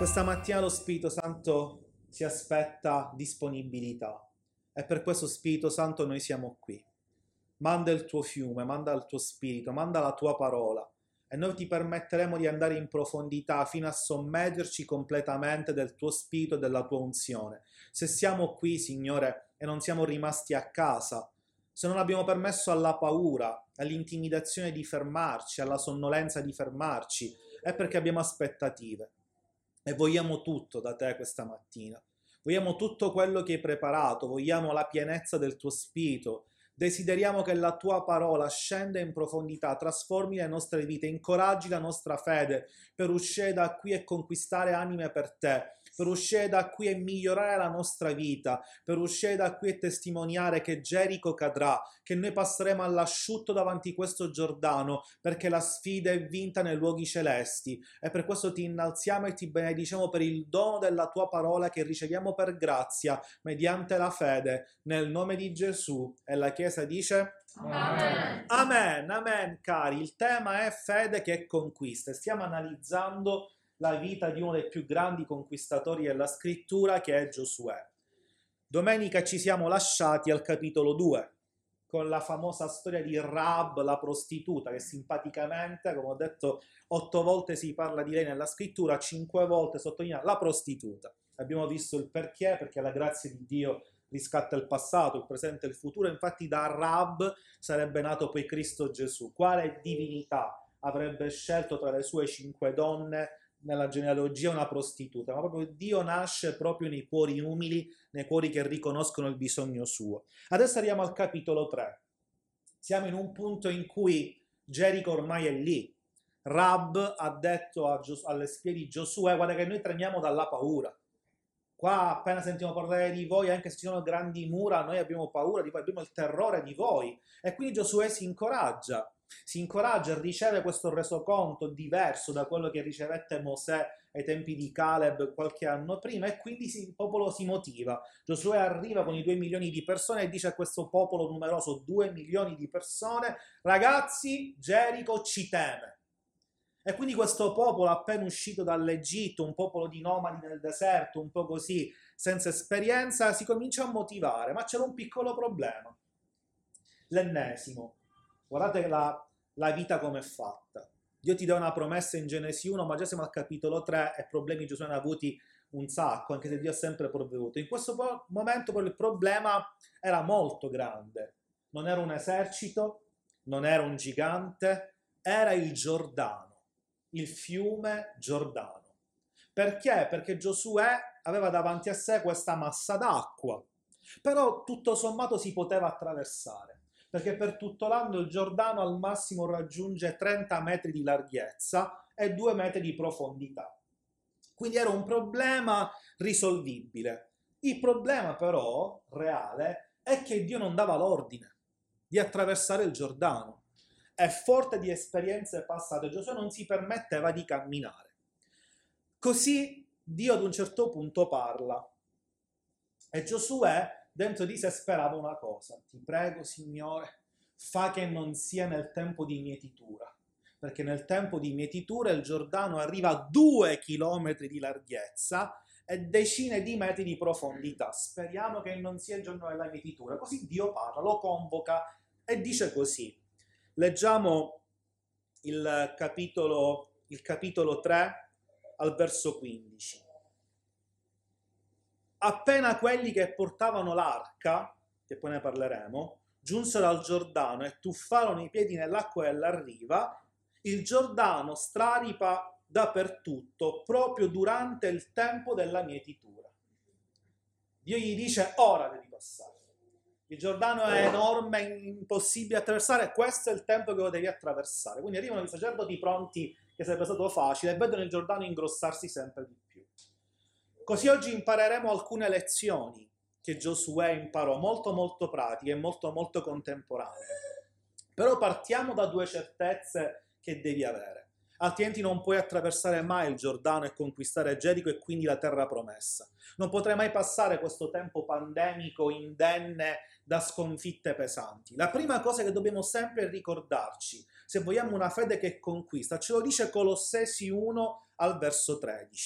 Questa mattina lo Spirito Santo si aspetta disponibilità e per questo Spirito Santo noi siamo qui. Manda il tuo fiume, manda il tuo Spirito, manda la tua parola e noi ti permetteremo di andare in profondità fino a sommergerci completamente del tuo Spirito e della tua unzione. Se siamo qui, Signore, e non siamo rimasti a casa, se non abbiamo permesso alla paura, all'intimidazione di fermarci, alla sonnolenza di fermarci, è perché abbiamo aspettative. E vogliamo tutto da te questa mattina. Vogliamo tutto quello che hai preparato, vogliamo la pienezza del tuo spirito. Desideriamo che la tua parola scenda in profondità, trasformi le nostre vite, incoraggi la nostra fede per uscire da qui e conquistare anime per te, per uscire da qui e migliorare la nostra vita, per uscire da qui e testimoniare che Gerico cadrà, che noi passeremo all'asciutto davanti a questo Giordano, perché la sfida è vinta nei luoghi celesti. E per questo ti innalziamo e ti benediciamo per il dono della tua parola che riceviamo per grazia, mediante la fede, nel nome di Gesù. E la Chiesa dice... Amen. Amen, amen, cari. Il tema è fede che conquista. Stiamo analizzando la vita di uno dei più grandi conquistatori della scrittura, che è Giosuè. Domenica ci siamo lasciati al capitolo 2, con la famosa storia di Rahab, la prostituta, che simpaticamente, come ho detto, 8 volte si parla di lei nella scrittura, 5 volte sottolinea la prostituta. Abbiamo visto il perché la grazia di Dio riscatta il passato, il presente e il futuro. Infatti da Rahab sarebbe nato poi Cristo Gesù. Quale divinità avrebbe scelto tra le sue 5 donne nella genealogia una prostituta? Ma proprio Dio nasce proprio nei cuori umili, nei cuori che riconoscono il bisogno suo. Adesso arriviamo al capitolo 3. Siamo in un punto in cui Gerico ormai è lì. Rahab ha detto alle spie di Giosuè: guarda che noi tremiamo dalla paura. Qua appena sentiamo parlare di voi, anche se ci sono grandi mura, noi abbiamo paura di voi, abbiamo il terrore di voi. E quindi Giosuè si incoraggia e riceve questo resoconto diverso da quello che ricevette Mosè ai tempi di Caleb qualche anno prima, e quindi il popolo si motiva. Giosuè arriva con i 2 milioni di persone e dice a questo popolo numeroso, 2 milioni di persone: ragazzi, Gerico ci teme. E quindi questo popolo appena uscito dall'Egitto, un popolo di nomadi nel deserto, un po' così, senza esperienza, si comincia a motivare, ma c'era un piccolo problema. L'ennesimo. Guardate la vita come è fatta. Dio ti dà una promessa in Genesi 1, ma già siamo al capitolo 3 e problemi Giosuè ne ha avuti un sacco, anche se Dio ha sempre provveduto. In questo momento però il problema era molto grande. Non era un esercito, non era un gigante, era il Giordano. Il fiume Giordano. Perché? Perché Giosuè aveva davanti a sé questa massa d'acqua, però tutto sommato si poteva attraversare, perché per tutto l'anno il Giordano al massimo raggiunge 30 metri di larghezza e 2 metri di profondità. Quindi era un problema risolvibile. Il problema però reale è che Dio non dava l'ordine di attraversare il Giordano. È forte di esperienze passate, Giosuè non si permetteva di camminare. Così Dio ad un certo punto parla e Giosuè dentro di sé sperava una cosa: ti prego, Signore, fa che non sia nel tempo di mietitura, perché nel tempo di mietitura il Giordano arriva a 2 chilometri di larghezza e decine di metri di profondità. Speriamo che non sia il giorno della mietitura. Così Dio parla, lo convoca e dice così. Leggiamo il capitolo 3 al verso 15. Appena quelli che portavano l'arca, che poi ne parleremo, giunsero al Giordano e tuffarono i piedi nell'acqua della riva, il Giordano straripa dappertutto proprio durante il tempo della mietitura. Dio gli dice: ora devi passare. Il Giordano è enorme, impossibile attraversare, questo è il tempo che lo devi attraversare. Quindi arrivano i sacerdoti pronti, che sarebbe stato facile, e vedono il Giordano ingrossarsi sempre di più. Così oggi impareremo alcune lezioni che Giosuè imparò, molto molto pratiche e molto molto contemporanee. Però partiamo da 2 certezze che devi avere. Altrimenti non puoi attraversare mai il Giordano e conquistare Gerico e quindi la terra promessa. Non potrai mai passare questo tempo pandemico indenne da sconfitte pesanti. La prima cosa che dobbiamo sempre ricordarci, se vogliamo una fede che conquista, ce lo dice Colossesi 1 al verso 13.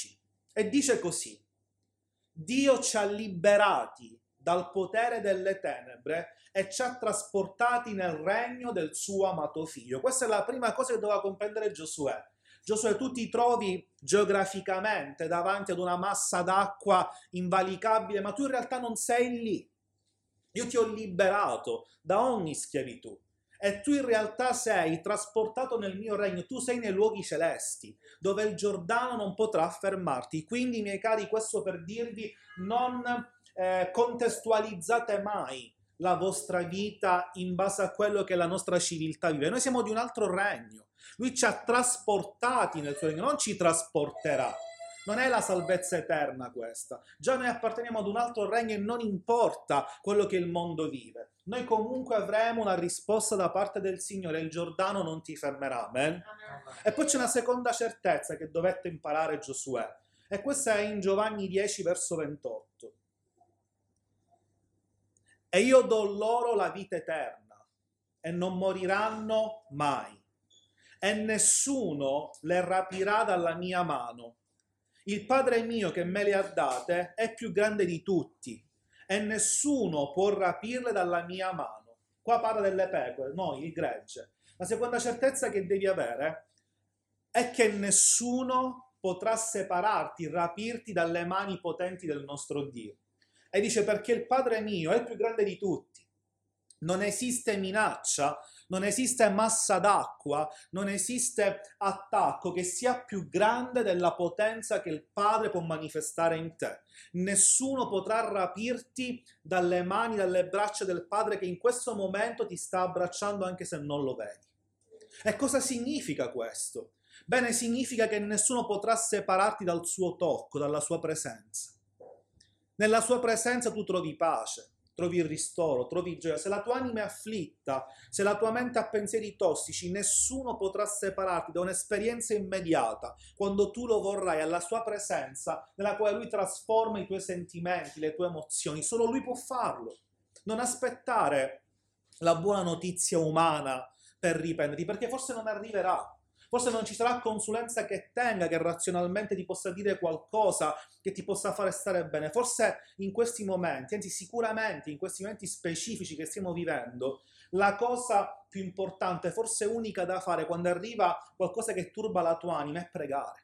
E dice così: Dio ci ha liberati dal potere delle tenebre e ci ha trasportati nel regno del suo amato figlio. Questa è la prima cosa che doveva comprendere Giosuè. Giosuè, tu ti trovi geograficamente davanti ad una massa d'acqua invalicabile, ma tu in realtà non sei lì. Io ti ho liberato da ogni schiavitù e tu in realtà sei trasportato nel mio regno, tu sei nei luoghi celesti, dove il Giordano non potrà fermarti. Quindi, miei cari, questo per dirvi, non contestualizzate mai la vostra vita in base a quello che la nostra civiltà vive. Noi siamo di un altro regno. Lui ci ha trasportati nel suo regno, non ci trasporterà. Non è la salvezza eterna questa. Già noi apparteniamo ad un altro regno e non importa quello che il mondo vive. Noi comunque avremo una risposta da parte del Signore. Il Giordano non ti fermerà. Amen? E poi c'è una seconda certezza che dovette imparare Giosuè. E questa è in Giovanni 10, verso 28. E io do loro la vita eterna e non moriranno mai. E nessuno le rapirà dalla mia mano. Il Padre mio che me le ha date è più grande di tutti e nessuno può rapirle dalla mia mano. Qua parla delle pecore, noi, il gregge. La seconda certezza che devi avere è che nessuno potrà separarti, rapirti dalle mani potenti del nostro Dio. E dice: perché il Padre mio è il più grande di tutti. Non esiste minaccia, non esiste massa d'acqua, non esiste attacco che sia più grande della potenza che il Padre può manifestare in te. Nessuno potrà rapirti dalle mani, dalle braccia del Padre che in questo momento ti sta abbracciando anche se non lo vedi. E cosa significa questo? Bene, significa che nessuno potrà separarti dal suo tocco, dalla sua presenza. Nella sua presenza tu trovi pace, trovi il ristoro, trovi gioia. Se la tua anima è afflitta, se la tua mente ha pensieri tossici, nessuno potrà separarti da un'esperienza immediata, quando tu lo vorrai, alla sua presenza, nella quale lui trasforma i tuoi sentimenti, le tue emozioni. Solo lui può farlo. Non aspettare la buona notizia umana per riprenderti, perché forse non arriverà. Forse non ci sarà consulenza che tenga, che razionalmente ti possa dire qualcosa che ti possa fare stare bene. Forse in questi momenti, anzi sicuramente in questi momenti specifici che stiamo vivendo, la cosa più importante, forse unica da fare quando arriva qualcosa che turba la tua anima è pregare.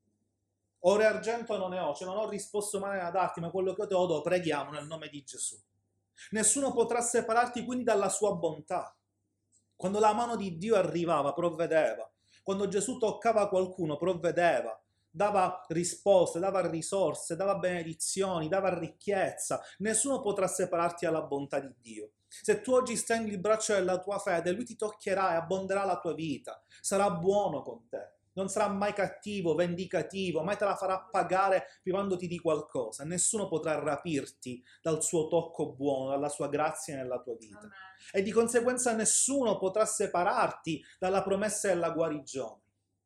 Oro e argento non ne ho, cioè non ho risposto male da darti, ma quello che ho te lo do, preghiamo nel nome di Gesù. Nessuno potrà separarti quindi dalla sua bontà. Quando la mano di Dio arrivava, provvedeva. Quando Gesù toccava qualcuno, provvedeva, dava risposte, dava risorse, dava benedizioni, dava ricchezza. Nessuno potrà separarti dalla bontà di Dio. Se tu oggi stendi il braccio della tua fede, Lui ti toccherà e abbonderà la tua vita. Sarà buono con te. Non sarà mai cattivo, vendicativo, mai te la farà pagare privandoti di qualcosa. Nessuno potrà rapirti dal suo tocco buono, dalla sua grazia nella tua vita. Amen. E di conseguenza nessuno potrà separarti dalla promessa della guarigione.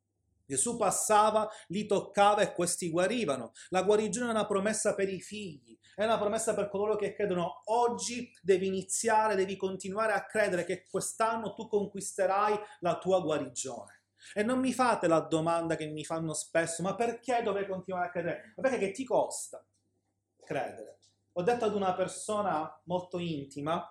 Gesù passava, li toccava e questi guarivano. La guarigione è una promessa per i figli, è una promessa per coloro che credono. Oggi devi iniziare, devi continuare a credere che quest'anno tu conquisterai la tua guarigione. E non mi fate la domanda che mi fanno spesso: ma perché dovrei continuare a credere? Ma perché che ti costa credere? Ho detto ad una persona molto intima: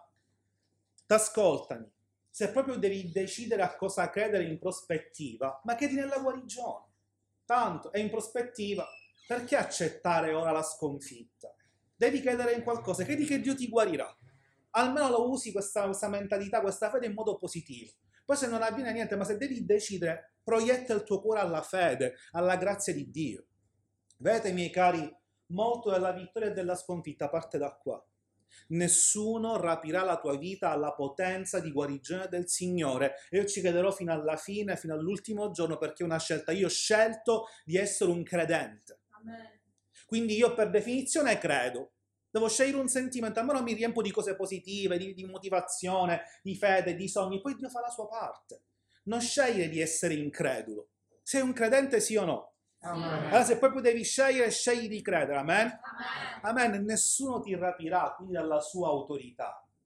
ascoltami, se proprio devi decidere a cosa credere in prospettiva, ma credi nella guarigione. Tanto è in prospettiva, perché accettare ora la sconfitta? Devi credere in qualcosa, credi che Dio ti guarirà. Almeno lo usi questa mentalità, questa fede in modo positivo. Poi se non avviene niente, ma se devi decidere, proietta il tuo cuore alla fede, alla grazia di Dio. Vedete, miei cari, molto della vittoria e della sconfitta parte da qua. Nessuno rapirà la tua vita alla potenza di guarigione del Signore. E io ci crederò fino alla fine, fino all'ultimo giorno, perché è una scelta. Io ho scelto di essere un credente. Amen. Quindi io per definizione credo. Devo scegliere un sentimento, almeno mi riempo di cose positive, di motivazione, di fede, di sogni. Poi Dio fa la sua parte. Non scegliere di essere incredulo. Sei un credente, sì o no? Amen. Allora se proprio devi scegliere, scegli di credere. Amen? Amen. Amen. Nessuno ti rapirà quindi dalla sua autorità.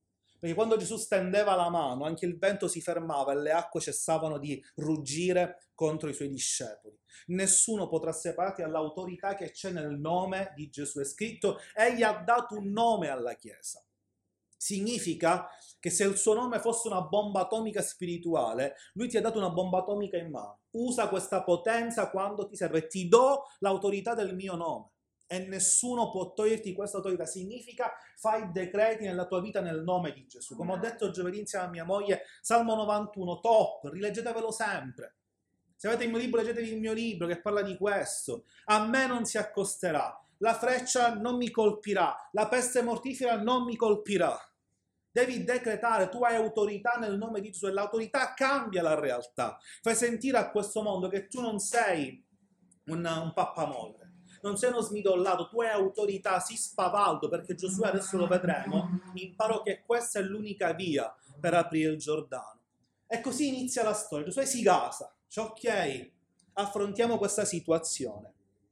Perché quando Gesù stendeva la mano, anche il vento si fermava e le acque cessavano di ruggire contro i suoi discepoli. Nessuno potrà separarti dall'autorità che c'è nel nome di Gesù. È scritto, egli ha dato un nome alla Chiesa. Significa che se il suo nome fosse una bomba atomica spirituale, lui ti ha dato una bomba atomica in mano. Usa questa potenza quando ti serve. Ti do l'autorità del mio nome e nessuno può toglierti questa autorità. Significa fai decreti nella tua vita nel nome di Gesù. Come ho detto giovedì insieme a mia moglie, Salmo 91, top, rileggetevelo sempre. Se avete il mio libro, leggetevi il mio libro che parla di questo. A me non si accosterà, la freccia non mi colpirà, la peste mortifera non mi colpirà. Devi decretare, tu hai autorità nel nome di Gesù e l'autorità cambia la realtà. Fai sentire a questo mondo che tu non sei un pappamolle, non sei uno smidollato, tu hai autorità, sii spavaldo, perché Giosuè, adesso lo vedremo, imparò che questa è l'unica via per aprire il Giordano. E così inizia la storia. Giosuè si gasa, cioè, ok, affrontiamo questa situazione.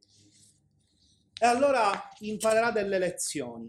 E allora imparerà delle lezioni.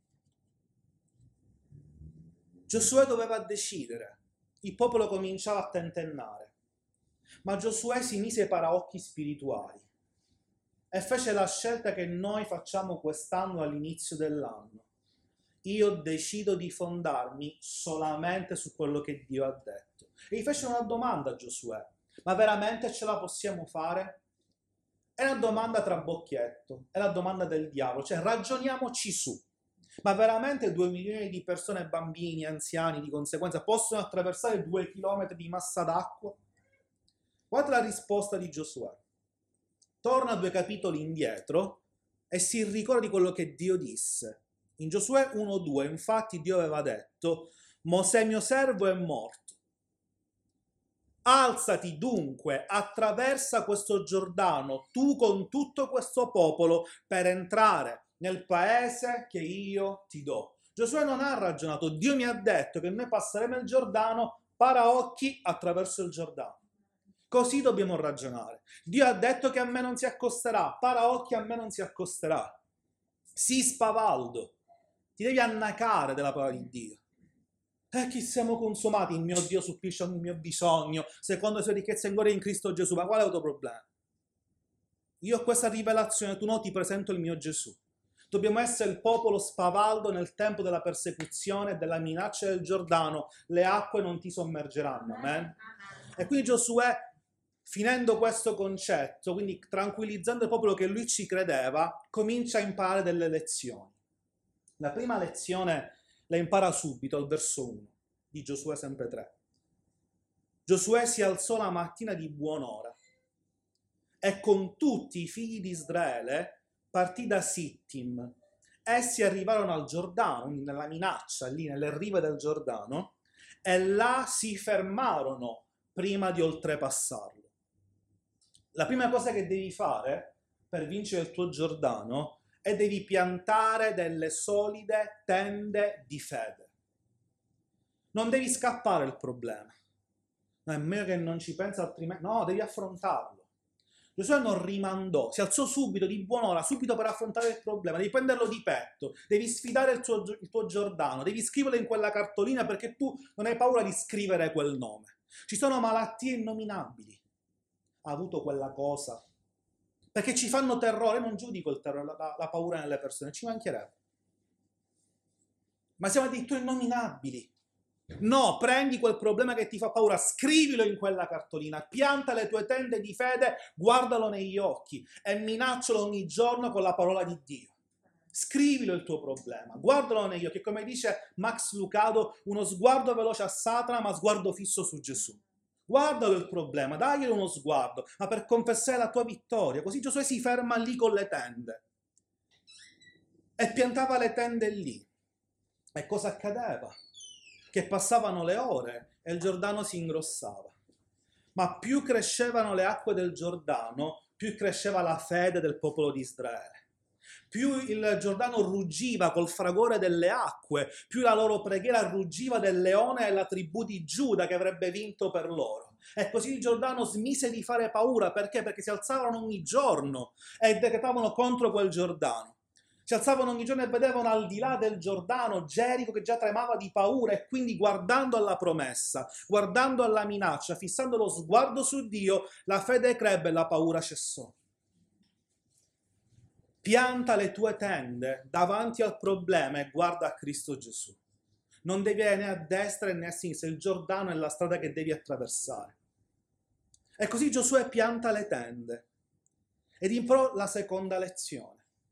Giosuè doveva decidere, il popolo cominciava a tentennare, ma Giosuè si mise ai paraocchi spirituali e fece la scelta che noi facciamo quest'anno all'inizio dell'anno. Io decido di fondarmi solamente su quello che Dio ha detto. E gli fece una domanda a Giosuè, ma veramente ce la possiamo fare? È una domanda trabocchietto, è la domanda del diavolo, cioè ragioniamoci su. Ma veramente 2 milioni di persone, bambini, anziani, di conseguenza, possono attraversare 2 chilometri di massa d'acqua? Guarda la risposta di Giosuè. Torna 2 capitoli indietro e si ricorda di quello che Dio disse. In Giosuè 1:2, infatti, Dio aveva detto: Mosè mio servo è morto. Alzati dunque, attraversa questo Giordano, tu con tutto questo popolo, per entrare nel paese che io ti do. Giosuè non ha ragionato, Dio mi ha detto che noi passeremo il Giordano paraocchi attraverso il Giordano. Così dobbiamo ragionare. Dio ha detto che a me non si accosterà, paraocchi a me non si accosterà. Sii spavaldo, ti devi annacare della parola di Dio. Chi siamo consumati, il mio Dio supplisce ogni mio bisogno, secondo le sue ricchezze in gloria in Cristo Gesù. Ma qual è il tuo problema? Io ho questa rivelazione, tu no, ti presento il mio Gesù. Dobbiamo essere il popolo spavaldo nel tempo della persecuzione e della minaccia del Giordano. Le acque non ti sommergeranno, amen? E quindi Giosuè, finendo questo concetto, quindi tranquillizzando il popolo che lui ci credeva, comincia a imparare delle lezioni. La prima lezione la impara subito al verso 1 di Giosuè sempre 3. Giosuè si alzò la mattina di buon'ora e con tutti i figli di Israele partì da Sittim. Essi arrivarono al Giordano, nella minaccia, lì nelle rive del Giordano, e là si fermarono prima di oltrepassarlo. La prima cosa che devi fare per vincere il tuo Giordano è devi piantare delle solide tende di fede. Non devi scappare il problema. No, è meglio che non ci pensa altrimenti. No, devi affrontarlo. Giosuè non rimandò, si alzò subito, di buon'ora, subito per affrontare il problema. Devi prenderlo di petto, devi sfidare il tuo Giordano, devi scriverlo in quella cartolina perché tu non hai paura di scrivere quel nome. Ci sono malattie innominabili. Ha avuto quella cosa. Perché ci fanno terrore, non giudico il terrore, la paura nelle persone, ci mancherebbe. Ma siamo addirittura innominabili. No, prendi quel problema che ti fa paura, scrivilo in quella cartolina, pianta le tue tende di fede, guardalo negli occhi e minaccialo ogni giorno con la parola di Dio. Scrivilo il tuo problema, guardalo negli occhi, come dice Max Lucado, uno sguardo veloce a Satana ma sguardo fisso su Gesù. Guardalo il problema, daglielo uno sguardo, ma per confessare la tua vittoria. Così Giosuè si ferma lì con le tende e piantava le tende lì. E cosa accadeva? Che passavano le ore e il Giordano si ingrossava. Ma più crescevano le acque del Giordano, più cresceva la fede del popolo di Israele. Più il Giordano ruggiva col fragore delle acque, più la loro preghiera ruggiva del leone della tribù di Giuda che avrebbe vinto per loro. E così il Giordano smise di fare paura. Perché? Perché si alzavano ogni giorno e decretavano contro quel Giordano. Si alzavano ogni giorno e vedevano al di là del Giordano Gerico che già tremava di paura, e quindi guardando alla promessa, guardando alla minaccia, fissando lo sguardo su Dio, la fede crebbe e la paura cessò. Pianta le tue tende davanti al problema e guarda a Cristo Gesù. Non devi né a destra né a sinistra, il Giordano è la strada che devi attraversare. E così Giosuè pianta le tende ed imparò la seconda lezione.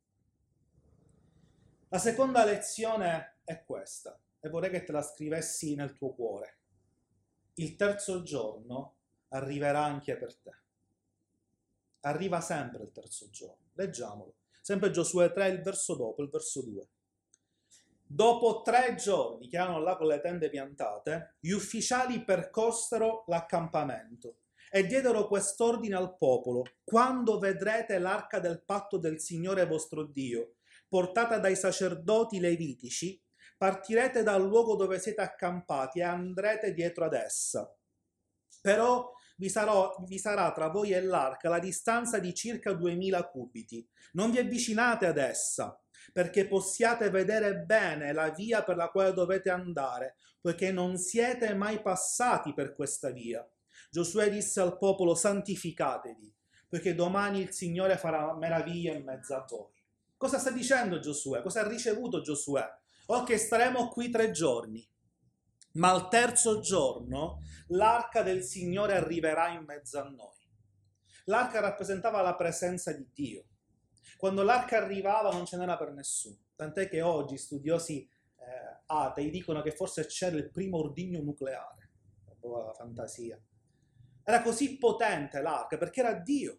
La seconda lezione è questa, e vorrei che te la scrivessi nel tuo cuore. Il terzo giorno arriverà anche per te. Arriva sempre il terzo giorno. Leggiamolo. Sempre Giosuè 3, il verso dopo, il verso 2. Dopo 3 giorni che erano là con le tende piantate, gli ufficiali percorsero l'accampamento e diedero quest'ordine al popolo: quando vedrete l'arca del patto del Signore vostro Dio, portata dai sacerdoti levitici, partirete dal luogo dove siete accampati e andrete dietro ad essa. Però vi sarà tra voi e l'arca la distanza di circa 2000 cubiti. Non vi avvicinate ad essa, perché possiate vedere bene la via per la quale dovete andare, poiché non siete mai passati per questa via. Giosuè disse al popolo: santificatevi, perché domani il Signore farà meraviglie in mezzo a voi. Cosa sta dicendo Giosuè? Cosa ha ricevuto Giosuè? Ok, staremo qui 3 giorni, ma al terzo giorno l'arca del Signore arriverà in mezzo a noi. L'arca rappresentava la presenza di Dio. Quando l'arca arrivava non ce n'era per nessuno, tant'è che oggi studiosi atei dicono che forse c'era il primo ordigno nucleare. La fantasia. Era così potente l'arca perché era Dio.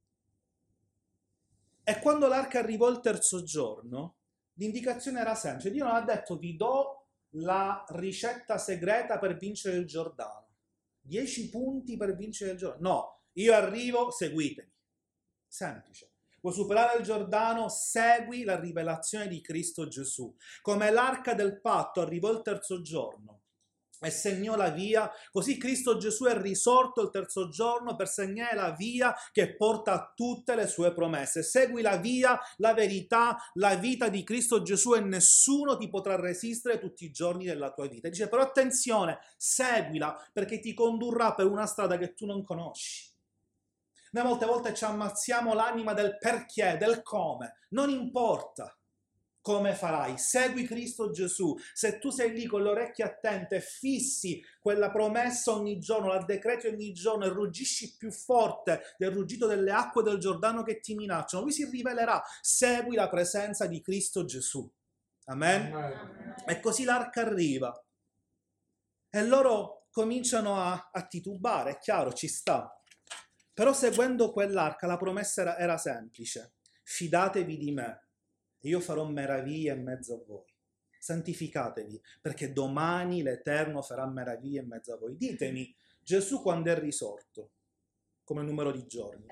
E quando l'arca arrivò il terzo giorno, l'indicazione era semplice. Dio non ha detto: vi do la ricetta segreta per vincere il Giordano. 10 punti per vincere il Giordano. No, io arrivo, seguitemi. Semplice. Vuoi superare il Giordano? Segui la rivelazione di Cristo Gesù. Come l'arca del patto arrivò il terzo giorno e segnò la via, così Cristo Gesù è risorto il terzo giorno per segnare la via che porta a tutte le sue promesse. Segui la via, la verità, la vita di Cristo Gesù e nessuno ti potrà resistere tutti i giorni della tua vita. Dice: però attenzione, seguila, perché ti condurrà per una strada che tu non conosci. Noi molte volte ci ammazziamo l'anima del perché, del come, non importa come farai, segui Cristo Gesù. Se tu sei lì con le orecchie attente e fissi quella promessa ogni giorno, la decreti ogni giorno e ruggisci più forte del ruggito delle acque del Giordano che ti minacciano, lui si rivelerà. Segui la presenza di Cristo Gesù. Amen? Amen. E così l'arca arriva e loro cominciano a titubare, è chiaro, ci sta. Però seguendo quell'arca la promessa era semplice: fidatevi di me, io farò meraviglie in mezzo a voi. Santificatevi, perché domani l'Eterno farà meraviglie in mezzo a voi. Ditemi, Gesù quando è risorto? Come numero di giorni?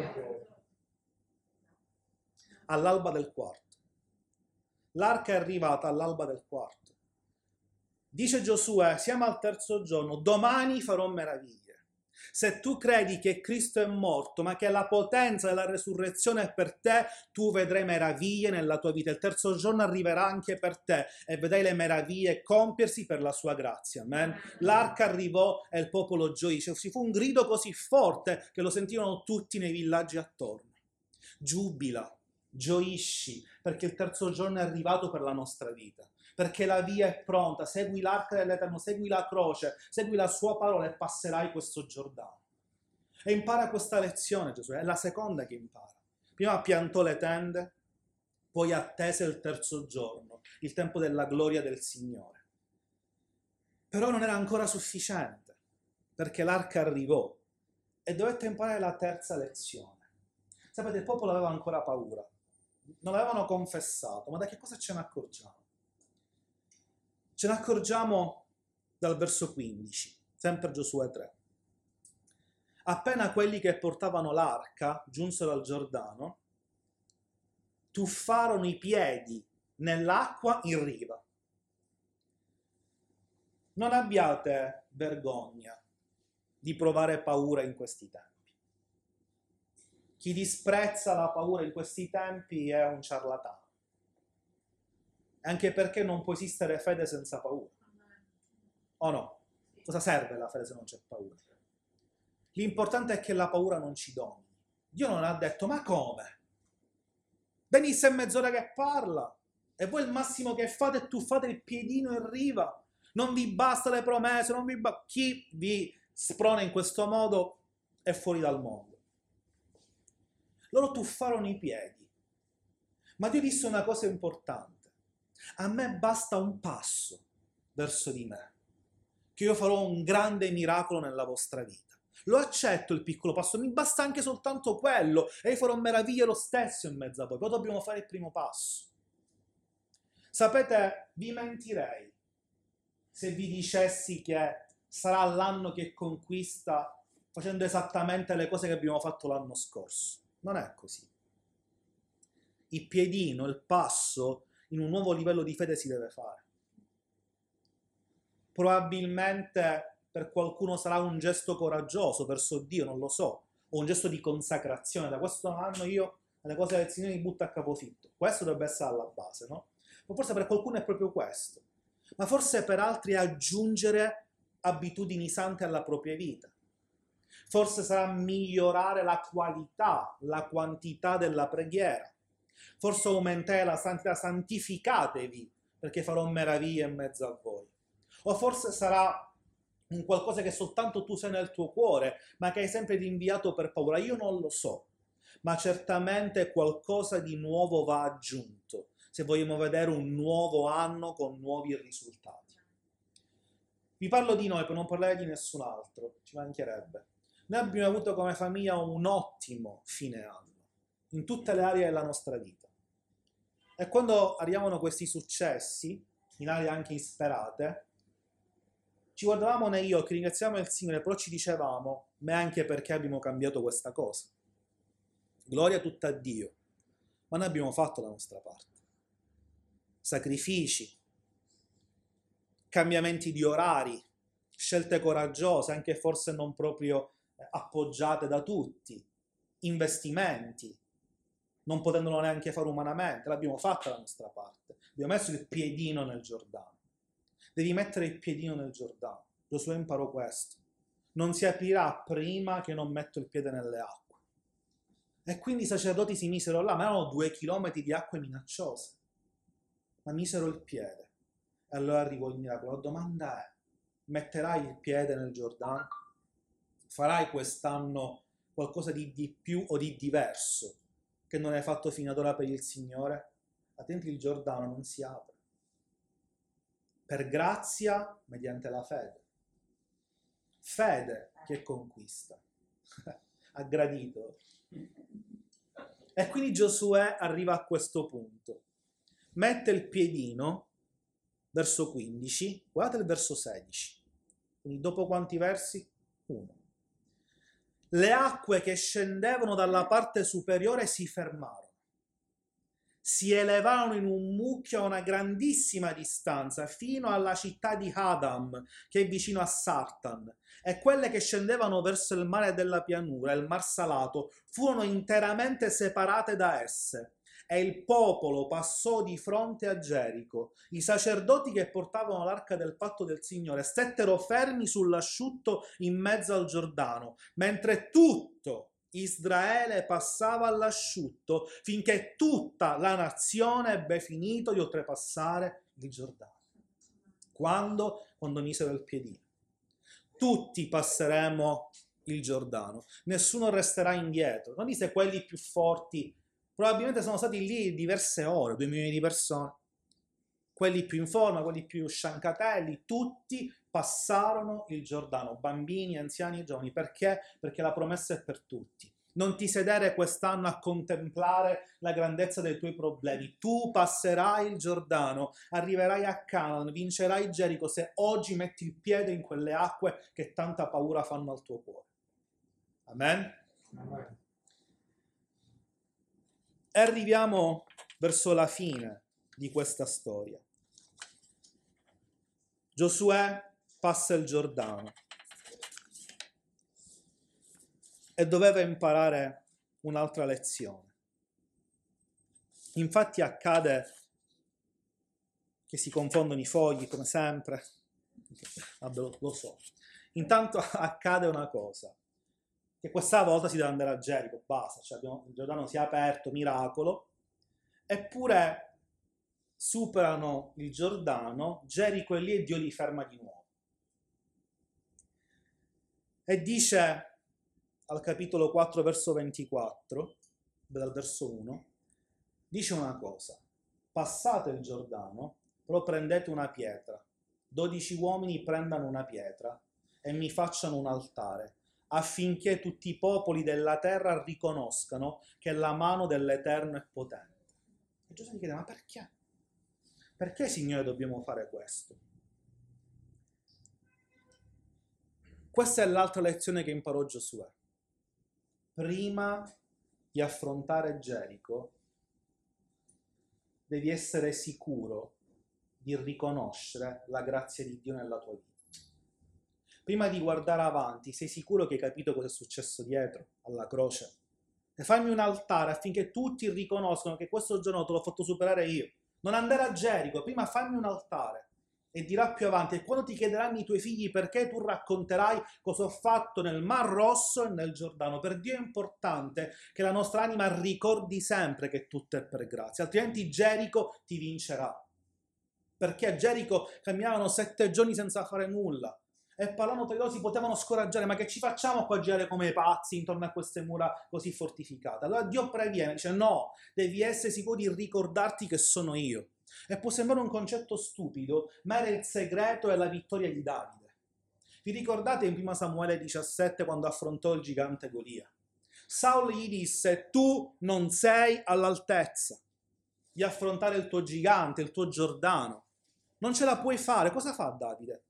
All'alba del quarto. L'arca è arrivata all'alba del quarto. Dice Giosuè: siamo al terzo giorno, domani farò meraviglie. Se tu credi che Cristo è morto, ma che la potenza della resurrezione è per te, tu vedrai meraviglie nella tua vita. Il terzo giorno arriverà anche per te e vedrai le meraviglie compiersi per la sua grazia. Amen. L'arca arrivò e il popolo gioì. Ci fu un grido così forte che lo sentirono tutti nei villaggi attorno. Giubila, gioisci, perché il terzo giorno è arrivato per la nostra vita. Perché la via è pronta, segui l'arca dell'Eterno, segui la croce, segui la sua parola e passerai questo Giordano. E impara questa lezione Gesù, è la seconda che impara. Prima piantò le tende, poi attese il terzo giorno, il tempo della gloria del Signore. Però non era ancora sufficiente, perché l'arca arrivò e dovette imparare la terza lezione. Sapete, il popolo aveva ancora paura, non l'avevano confessato, ma da che cosa ce ne accorgiamo? Ce ne accorgiamo dal verso 15, sempre Giosuè 3. Appena quelli che portavano l'arca giunsero al Giordano, tuffarono i piedi nell'acqua in riva. Non abbiate vergogna di provare paura in questi tempi. Chi disprezza la paura in questi tempi è un ciarlatano. Anche perché non può esistere fede senza paura. O no? Cosa serve la fede se non c'è paura? L'importante è che la paura non ci domini. Dio non ha detto, ma come? Benissimo, è mezz'ora che parla. E voi il massimo che fate è tuffate il piedino in riva. Non vi basta le promesse, non vi basta. Chi vi sprona in questo modo è fuori dal mondo. Loro tuffarono i piedi. Ma Dio disse una cosa importante. A me basta un passo verso di me, che io farò un grande miracolo nella vostra vita. Lo accetto il piccolo passo, mi basta anche soltanto quello e io farò meraviglie lo stesso in mezzo a voi, però dobbiamo fare il primo passo. Sapete, vi mentirei se vi dicessi che sarà l'anno che conquista facendo esattamente le cose che abbiamo fatto l'anno scorso. Non è così. Il piedino, il passo in un nuovo livello di fede si deve fare. Probabilmente per qualcuno sarà un gesto coraggioso verso Dio, non lo so, o un gesto di consacrazione. Da questo anno io le cose del Signore mi butto a capofitto. Questo dovrebbe essere alla base, no? Ma forse per qualcuno è proprio questo. Ma forse per altri è aggiungere abitudini sante alla propria vita. Forse sarà migliorare la qualità, la quantità della preghiera. Forse aumentare la santità, santificatevi, perché farò meraviglie in mezzo a voi. O forse sarà un qualcosa che soltanto tu sai nel tuo cuore, ma che hai sempre rinviato per paura. Io non lo so, ma certamente qualcosa di nuovo va aggiunto, se vogliamo vedere un nuovo anno con nuovi risultati. Vi parlo di noi per non parlare di nessun altro, ci mancherebbe. Noi abbiamo avuto come famiglia un ottimo fine anno, in tutte le aree della nostra vita. E quando arrivano questi successi, in aree anche insperate, ci guardavamo negli occhi, ringraziavamo il Signore, però ci dicevamo, ma anche perché abbiamo cambiato questa cosa. Gloria tutta a Dio. Ma noi abbiamo fatto la nostra parte. Sacrifici, cambiamenti di orari, scelte coraggiose, anche forse non proprio appoggiate da tutti, investimenti, non potendolo neanche fare umanamente, l'abbiamo fatta la nostra parte. Abbiamo messo il piedino nel Giordano. Devi mettere il piedino nel Giordano. Giosuè imparò questo. Non si aprirà prima che non metto il piede nelle acque. E quindi i sacerdoti si misero là, ma erano 2 chilometri di acque minacciose. Ma misero il piede. E allora arrivò il miracolo. La domanda è, metterai il piede nel Giordano? Farai quest'anno qualcosa di più o di diverso che non hai fatto fino ad ora per il Signore? Altrimenti il Giordano non si apre. Per grazia mediante la fede. Fede che conquista. Ha gradito. E quindi Giosuè arriva a questo punto. Mette il piedino, verso 15, guardate il verso 16. Quindi dopo quanti versi? 1. Le acque che scendevano dalla parte superiore si fermarono. Si elevarono in un mucchio a una grandissima distanza fino alla città di Adam, che è vicino a Sartan, e quelle che scendevano verso il mare della pianura, il mar salato, furono interamente separate da esse. E il popolo passò di fronte a Gerico. I sacerdoti che portavano l'arca del patto del Signore stettero fermi sull'asciutto in mezzo al Giordano, mentre tutto Israele passava all'asciutto finché tutta la nazione ebbe finito di oltrepassare il Giordano. Quando? Quando misero il piedino. Tutti passeremo il Giordano, nessuno resterà indietro. Non dite quelli più forti, probabilmente sono stati lì diverse ore, 2 milioni di persone. Quelli più in forma, quelli più sciancatelli, tutti passarono il Giordano, bambini, anziani e giovani. Perché? Perché la promessa è per tutti. Non ti sedere quest'anno a contemplare la grandezza dei tuoi problemi. Tu passerai il Giordano, arriverai a Canaan, vincerai Gerico se oggi metti il piede in quelle acque che tanta paura fanno al tuo cuore. Amen? Amen. E arriviamo verso la fine di questa storia. Giosuè passa il Giordano e doveva imparare un'altra lezione. Infatti accade che si confondono i fogli come sempre. Vabbè, lo so. Intanto accade una cosa, che questa volta si deve andare a Gerico, basta, cioè il Giordano si è aperto, miracolo, eppure superano il Giordano, Gerico è lì e Dio li ferma di nuovo. E dice al capitolo 4, verso 24, dal verso 1, dice una cosa: passate il Giordano, però prendete una pietra, 12 uomini prendano una pietra e mi facciano un altare, affinché tutti i popoli della terra riconoscano che la mano dell'Eterno è potente. E Giosuè gli chiede: ma perché? Perché, Signore, dobbiamo fare questo? Questa è l'altra lezione che imparò Giosuè. Prima di affrontare Gerico, devi essere sicuro di riconoscere la grazia di Dio nella tua vita. Prima di guardare avanti, sei sicuro che hai capito cosa è successo dietro, alla croce? E fammi un altare affinché tutti riconoscano che questo giorno te l'ho fatto superare io. Non andare a Gerico, prima fammi un altare. E dirà più avanti, e quando ti chiederanno i tuoi figli perché, tu racconterai cosa ho fatto nel Mar Rosso e nel Giordano. Per Dio è importante che la nostra anima ricordi sempre che tutto è per grazia, altrimenti Gerico ti vincerà. Perché a Gerico camminavano 7 giorni senza fare nulla e parlando tra loro si potevano scoraggiare: ma che ci facciamo qua a girare come pazzi intorno a queste mura così fortificate? Allora Dio previene, dice: no, devi essere sicuro di ricordarti che sono io. E può sembrare un concetto stupido, ma era il segreto e la vittoria di Davide. Vi ricordate in 1 Samuele 17 quando affrontò il gigante Golia? Saul gli disse: tu non sei all'altezza di affrontare il tuo gigante, il tuo Giordano. Non ce la puoi fare. Cosa fa Davide?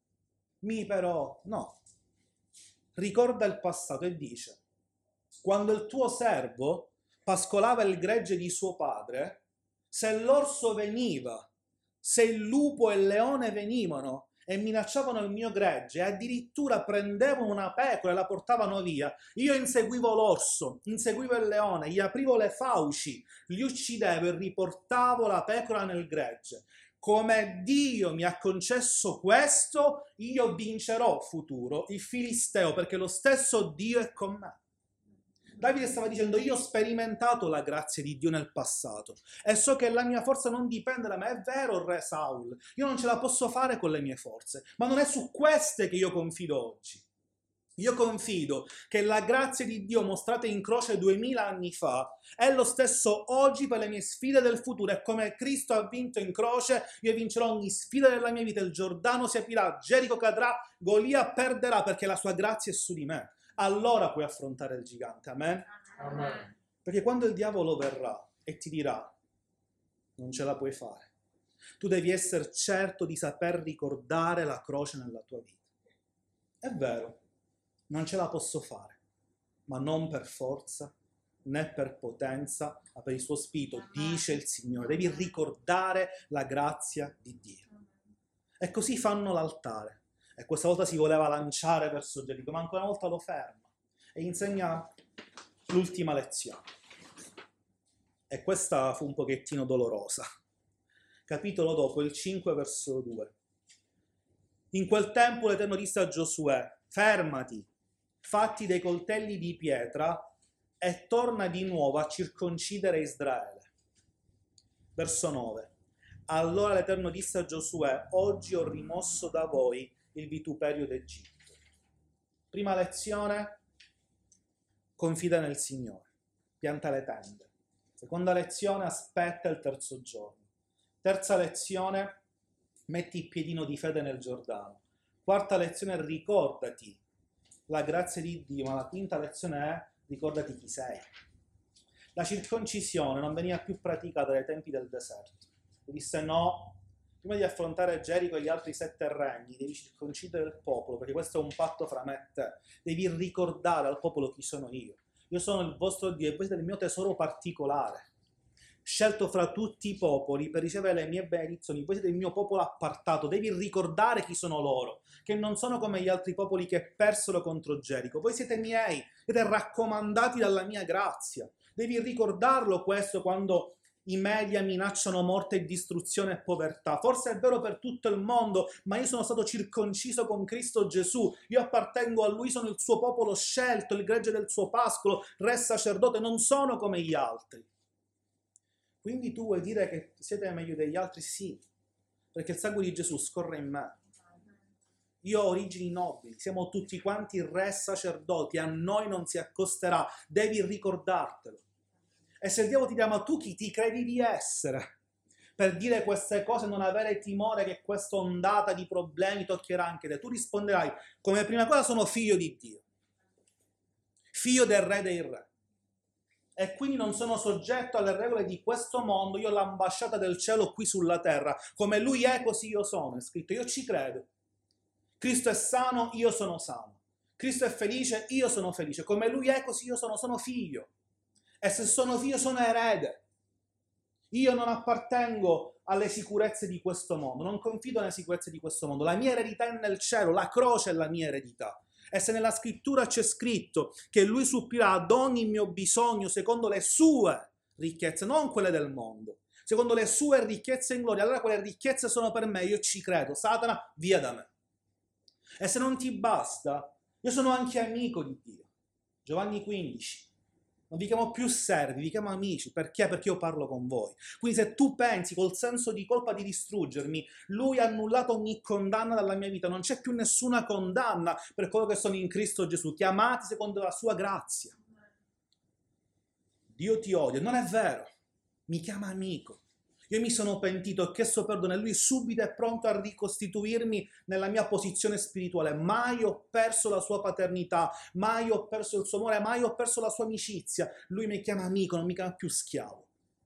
No. Ricorda il passato e dice: quando il tuo servo pascolava il gregge di suo padre, se l'orso veniva, se il lupo e il leone venivano e minacciavano il mio gregge, e addirittura prendevano una pecora e la portavano via, io inseguivo l'orso, inseguivo il leone, gli aprivo le fauci, li uccidevo e riportavo la pecora nel gregge. Come Dio mi ha concesso questo, io vincerò futuro il Filisteo, perché lo stesso Dio è con me. Davide stava dicendo: io ho sperimentato la grazia di Dio nel passato e so che la mia forza non dipende da me. È vero, re Saul, io non ce la posso fare con le mie forze, ma non è su queste che io confido oggi. Io confido che la grazia di Dio mostrata in croce 2000 anni fa è lo stesso oggi per le mie sfide del futuro, e come Cristo ha vinto in croce, io vincerò ogni sfida della mia vita. Il Giordano si aprirà, Gerico cadrà, Golia perderà, perché la sua grazia è su di me. Allora puoi affrontare il gigante, amen? Amen. Perché quando il diavolo verrà e ti dirà: non ce la puoi fare, tu devi essere certo di saper ricordare la croce nella tua vita. È vero, non ce la posso fare, ma non per forza né per potenza, ma per il suo spirito, dice il Signore. Devi ricordare la grazia di Dio. E così fanno l'altare. E questa volta si voleva lanciare verso Gerico, ma ancora una volta lo ferma e insegna l'ultima lezione. E questa fu un pochettino dolorosa. Capitolo dopo, il 5, verso 2. In quel tempo l'Eterno disse a Giosuè: fermati, fatti dei coltelli di pietra e torna di nuovo a circoncidere Israele. Verso 9. Allora l'Eterno disse a Giosuè: oggi ho rimosso da voi il vituperio d'Egitto. Prima lezione: confida nel Signore, pianta le tende. Seconda lezione: aspetta il terzo giorno. Terza lezione: metti il piedino di fede nel Giordano. Quarta lezione: ricordati la grazia di Dio. Ma la quinta lezione è: ricordati chi sei. La circoncisione non veniva più praticata dai tempi del deserto. E disse: no, prima di affrontare Gerico e gli altri 7 regni, devi circoncidere il popolo, perché questo è un patto fra me e te. Devi ricordare al popolo chi sono io. Io sono il vostro Dio e voi siete il mio tesoro particolare, scelto fra tutti i popoli per ricevere le mie benedizioni. Voi siete il mio popolo appartato. Devi ricordare chi sono loro, che non sono come gli altri popoli che persero contro Gerico. Voi siete miei, siete raccomandati dalla mia grazia. Devi ricordarlo questo quando i media minacciano morte e distruzione e povertà. Forse è vero per tutto il mondo, ma io sono stato circonciso con Cristo Gesù. Io appartengo a Lui, sono il suo popolo scelto, il gregge del suo pascolo, re sacerdote, non sono come gli altri. Quindi tu vuoi dire che siete meglio degli altri? Sì, perché il sangue di Gesù scorre in me. Io ho origini nobili, siamo tutti quanti re sacerdoti, a noi non si accosterà, devi ricordartelo. E se il diavolo ti dirà, ma tu chi ti credi di essere? Per dire queste cose non avere timore che questa ondata di problemi toccherà anche te. Tu risponderai, come prima cosa sono figlio di Dio, figlio del re dei re. E quindi non sono soggetto alle regole di questo mondo, io ho l'ambasciata del cielo qui sulla terra. Come lui è, così io sono, è scritto, io ci credo. Cristo è sano, io sono sano. Cristo è felice, io sono felice. Come lui è, così io sono figlio. E se sono figlio, sono erede. Io non appartengo alle sicurezze di questo mondo, non confido nelle sicurezze di questo mondo. La mia eredità è nel cielo, la croce è la mia eredità. E se nella scrittura c'è scritto che lui supplirà ad ogni mio bisogno secondo le sue ricchezze, non quelle del mondo, secondo le sue ricchezze in gloria, allora quelle ricchezze sono per me, io ci credo. Satana, via da me. E se non ti basta, io sono anche amico di Dio. Giovanni 15. Non vi chiamo più servi, vi chiamo amici. Perché? Perché io parlo con voi. Quindi se tu pensi col senso di colpa di distruggermi, lui ha annullato ogni condanna dalla mia vita. Non c'è più nessuna condanna per coloro che sono in Cristo Gesù, chiamati secondo la sua grazia. Dio ti odia. Non è vero. Mi chiama amico. Io mi sono pentito, ho chiesto perdono e lui subito è pronto a ricostituirmi nella mia posizione spirituale. Mai ho perso la sua paternità, mai ho perso il suo amore, mai ho perso la sua amicizia. Lui mi chiama amico, non mi chiama più schiavo.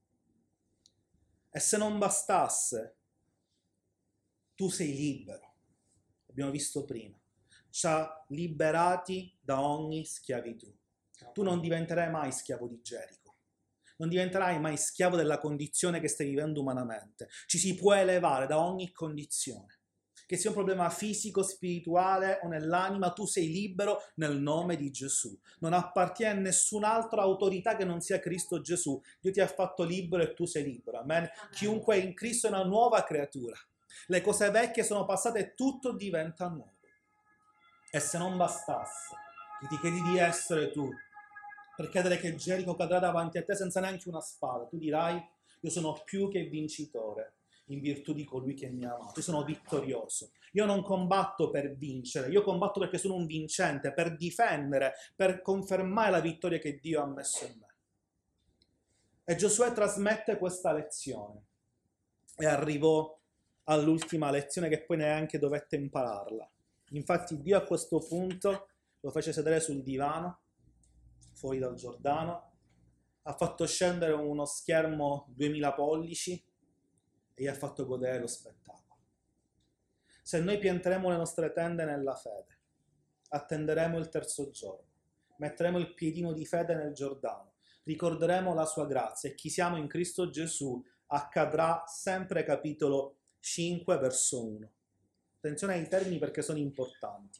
E se non bastasse, tu sei libero. Abbiamo visto prima. Ci ha liberati da ogni schiavitù. Tu non diventerai mai schiavo di Gerico. Non diventerai mai schiavo della condizione che stai vivendo umanamente. Ci si può elevare da ogni condizione. Che sia un problema fisico, spirituale o nell'anima, tu sei libero nel nome di Gesù. Non appartiene a nessun'altra autorità che non sia Cristo Gesù. Dio ti ha fatto libero e tu sei libero. Amen. Chiunque è in Cristo è una nuova creatura. Le cose vecchie sono passate e tutto diventa nuovo. E se non bastasse, chi ti chiedi di essere tu, per credere che Gerico cadrà davanti a te senza neanche una spada, tu dirai, io sono più che vincitore in virtù di colui che mi ha amato, io sono vittorioso, io non combatto per vincere, io combatto perché sono un vincente, per difendere, per confermare la vittoria che Dio ha messo in me. E Giosuè trasmette questa lezione e arrivò all'ultima lezione che poi neanche dovette impararla. Infatti Dio a questo punto lo fece sedere sul divano fuori dal Giordano, ha fatto scendere uno schermo 2000 pollici e gli ha fatto godere lo spettacolo. Se noi pianteremo le nostre tende nella fede, attenderemo il terzo giorno, metteremo il piedino di fede nel Giordano, ricorderemo la sua grazia e chi siamo in Cristo Gesù accadrà sempre, capitolo 5, verso 1. Attenzione ai termini perché sono importanti.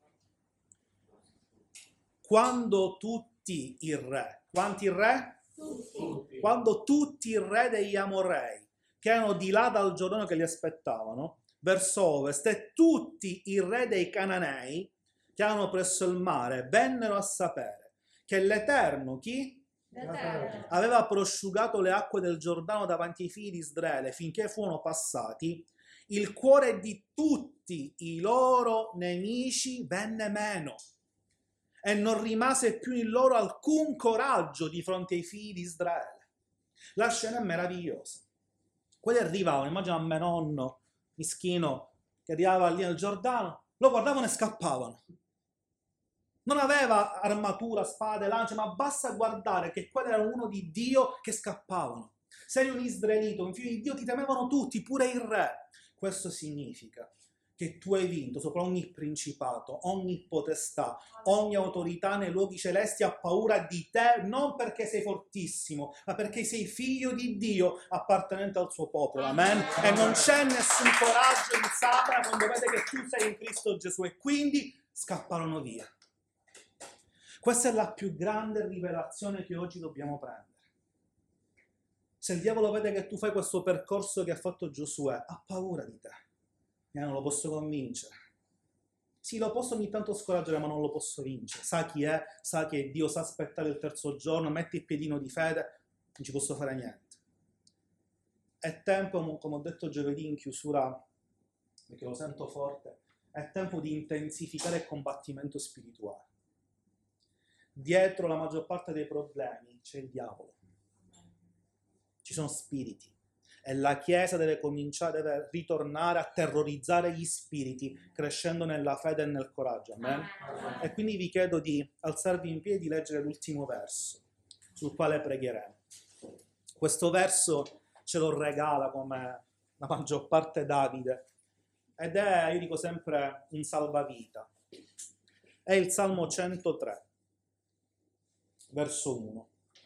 Quando tutti i re, quanti re? Tutti. Quando tutti i re degli Amorrei, che erano di là dal Giordano che li aspettavano, verso ovest, e tutti i re dei Cananei, che erano presso il mare, vennero a sapere che l'Eterno, chi? L'Eterno. Aveva prosciugato le acque del Giordano davanti ai figli di Israele finché furono passati, il cuore di tutti i loro nemici venne meno. E non rimase più in loro alcun coraggio di fronte ai figli di Israele. La scena è meravigliosa. Quelli arrivavano, immagino a mio nonno, mischino, che arrivava lì nel Giordano, lo guardavano e scappavano. Non aveva armatura, spade, lance, ma basta guardare che quelli erano uno di Dio che scappavano. Se eri un israelito, un figlio di Dio, ti temevano tutti, pure il re. Questo significa che tu hai vinto sopra ogni principato, ogni potestà, ogni autorità nei luoghi celesti ha paura di te, non perché sei fortissimo, ma perché sei figlio di Dio appartenente al suo popolo, amen? E non c'è nessun coraggio in Satana quando vede che tu sei in Cristo Gesù e quindi scapparono via. Questa è la più grande rivelazione che oggi dobbiamo prendere. Se il diavolo vede che tu fai questo percorso che ha fatto Giosuè, ha paura di te. E non lo posso convincere. Sì, lo posso ogni tanto scoraggiare, ma non lo posso vincere. Sa chi è, sa che è Dio, sa aspettare il terzo giorno, mette il piedino di fede, non ci posso fare niente. È tempo, come ho detto giovedì in chiusura, perché lo sento forte, è tempo di intensificare il combattimento spirituale. Dietro la maggior parte dei problemi c'è il diavolo. Ci sono spiriti. E la Chiesa deve ritornare a terrorizzare gli spiriti, crescendo nella fede e nel coraggio. Amen? E quindi vi chiedo di alzarvi in piedi e di leggere l'ultimo verso, sul quale pregheremo. Questo verso ce lo regala come la maggior parte Davide, ed è, io dico sempre, un salvavita. È il Salmo 103, verso 1.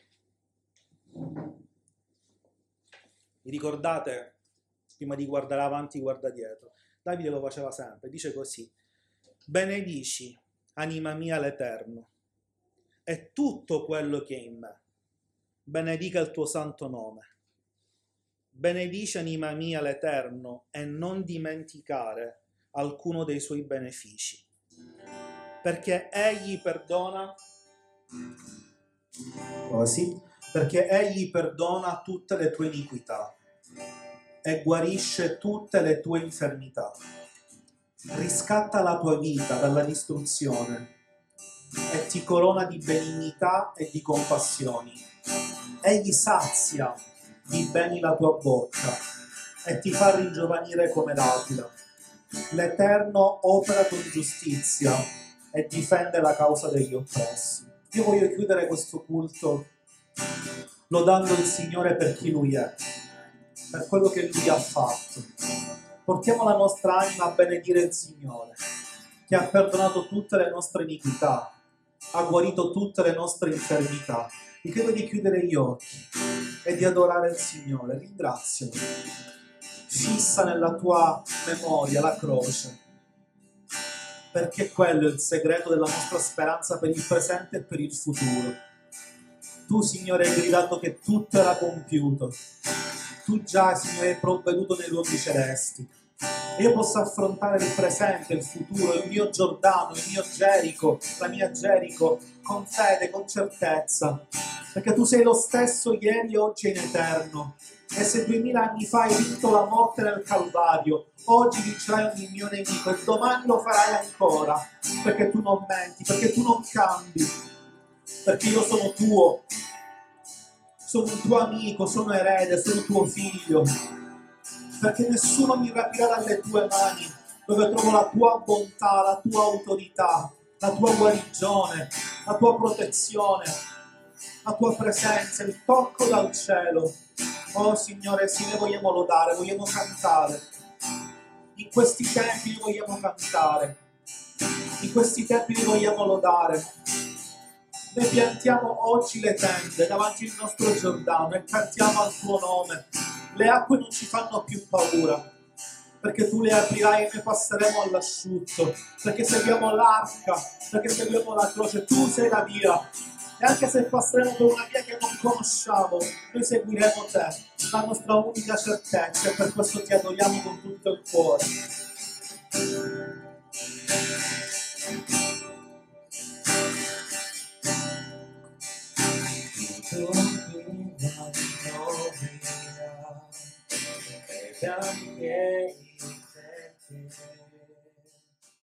Vi ricordate, prima di guardare avanti, guarda dietro? Davide lo faceva sempre, dice così: benedici, anima mia, l'Eterno, e tutto quello che è in me. Benedica il tuo santo nome. Benedici, anima mia, l'Eterno, e non dimenticare alcuno dei suoi benefici. Perché Egli perdona... Perché Egli perdona tutte le tue iniquità e guarisce tutte le tue infermità. Riscatta la tua vita dalla distruzione e ti corona di benignità e di compassioni. Egli sazia di beni la tua bocca e ti fa ringiovanire come l'aquila. L'Eterno opera con giustizia e difende la causa degli oppressi. Io voglio chiudere questo culto lodando il Signore per chi Lui è, per quello che Lui ha fatto. Portiamo la nostra anima a benedire il Signore, che ha perdonato tutte le nostre iniquità, ha guarito tutte le nostre infermità. Vi chiedo di chiudere gli occhi e di adorare il Signore. Ringrazialo. Fissa nella tua memoria la croce, perché quello è il segreto della nostra speranza per il presente e per il futuro. Tu, Signore, hai gridato che tutto era compiuto. Tu già, Signore, hai provveduto nei luoghi celesti. E io posso affrontare il presente, il futuro, il mio Giordano, il mio Gerico, la mia Gerico, con fede, con certezza. Perché tu sei lo stesso ieri, oggi e in eterno. E se 2000 anni fa hai vinto la morte nel Calvario, oggi vincerai ogni mio nemico e domani lo farai ancora. Perché tu non menti, perché tu non cambi. Perché io sono tuo, sono un tuo amico, sono erede, sono tuo figlio, perché nessuno mi rapirà dalle tue mani, dove trovo la tua bontà, la tua autorità, la tua guarigione, la tua protezione, la tua presenza, il tocco dal cielo. Oh Signore, sì, noi vogliamo lodare, vogliamo cantare. In questi tempi noi vogliamo cantare, in questi tempi noi vogliamo lodare. Noi piantiamo oggi le tende davanti al nostro Giordano e cantiamo al tuo nome. Le acque non ci fanno più paura, perché tu le aprirai e noi passeremo all'asciutto, perché seguiamo l'arca, perché seguiamo la croce, tu sei la via. E anche se passeremo per una via che non conosciamo, noi seguiremo te, la nostra unica certezza, e per questo ti adoriamo con tutto il cuore. Tu mi dai gloria ed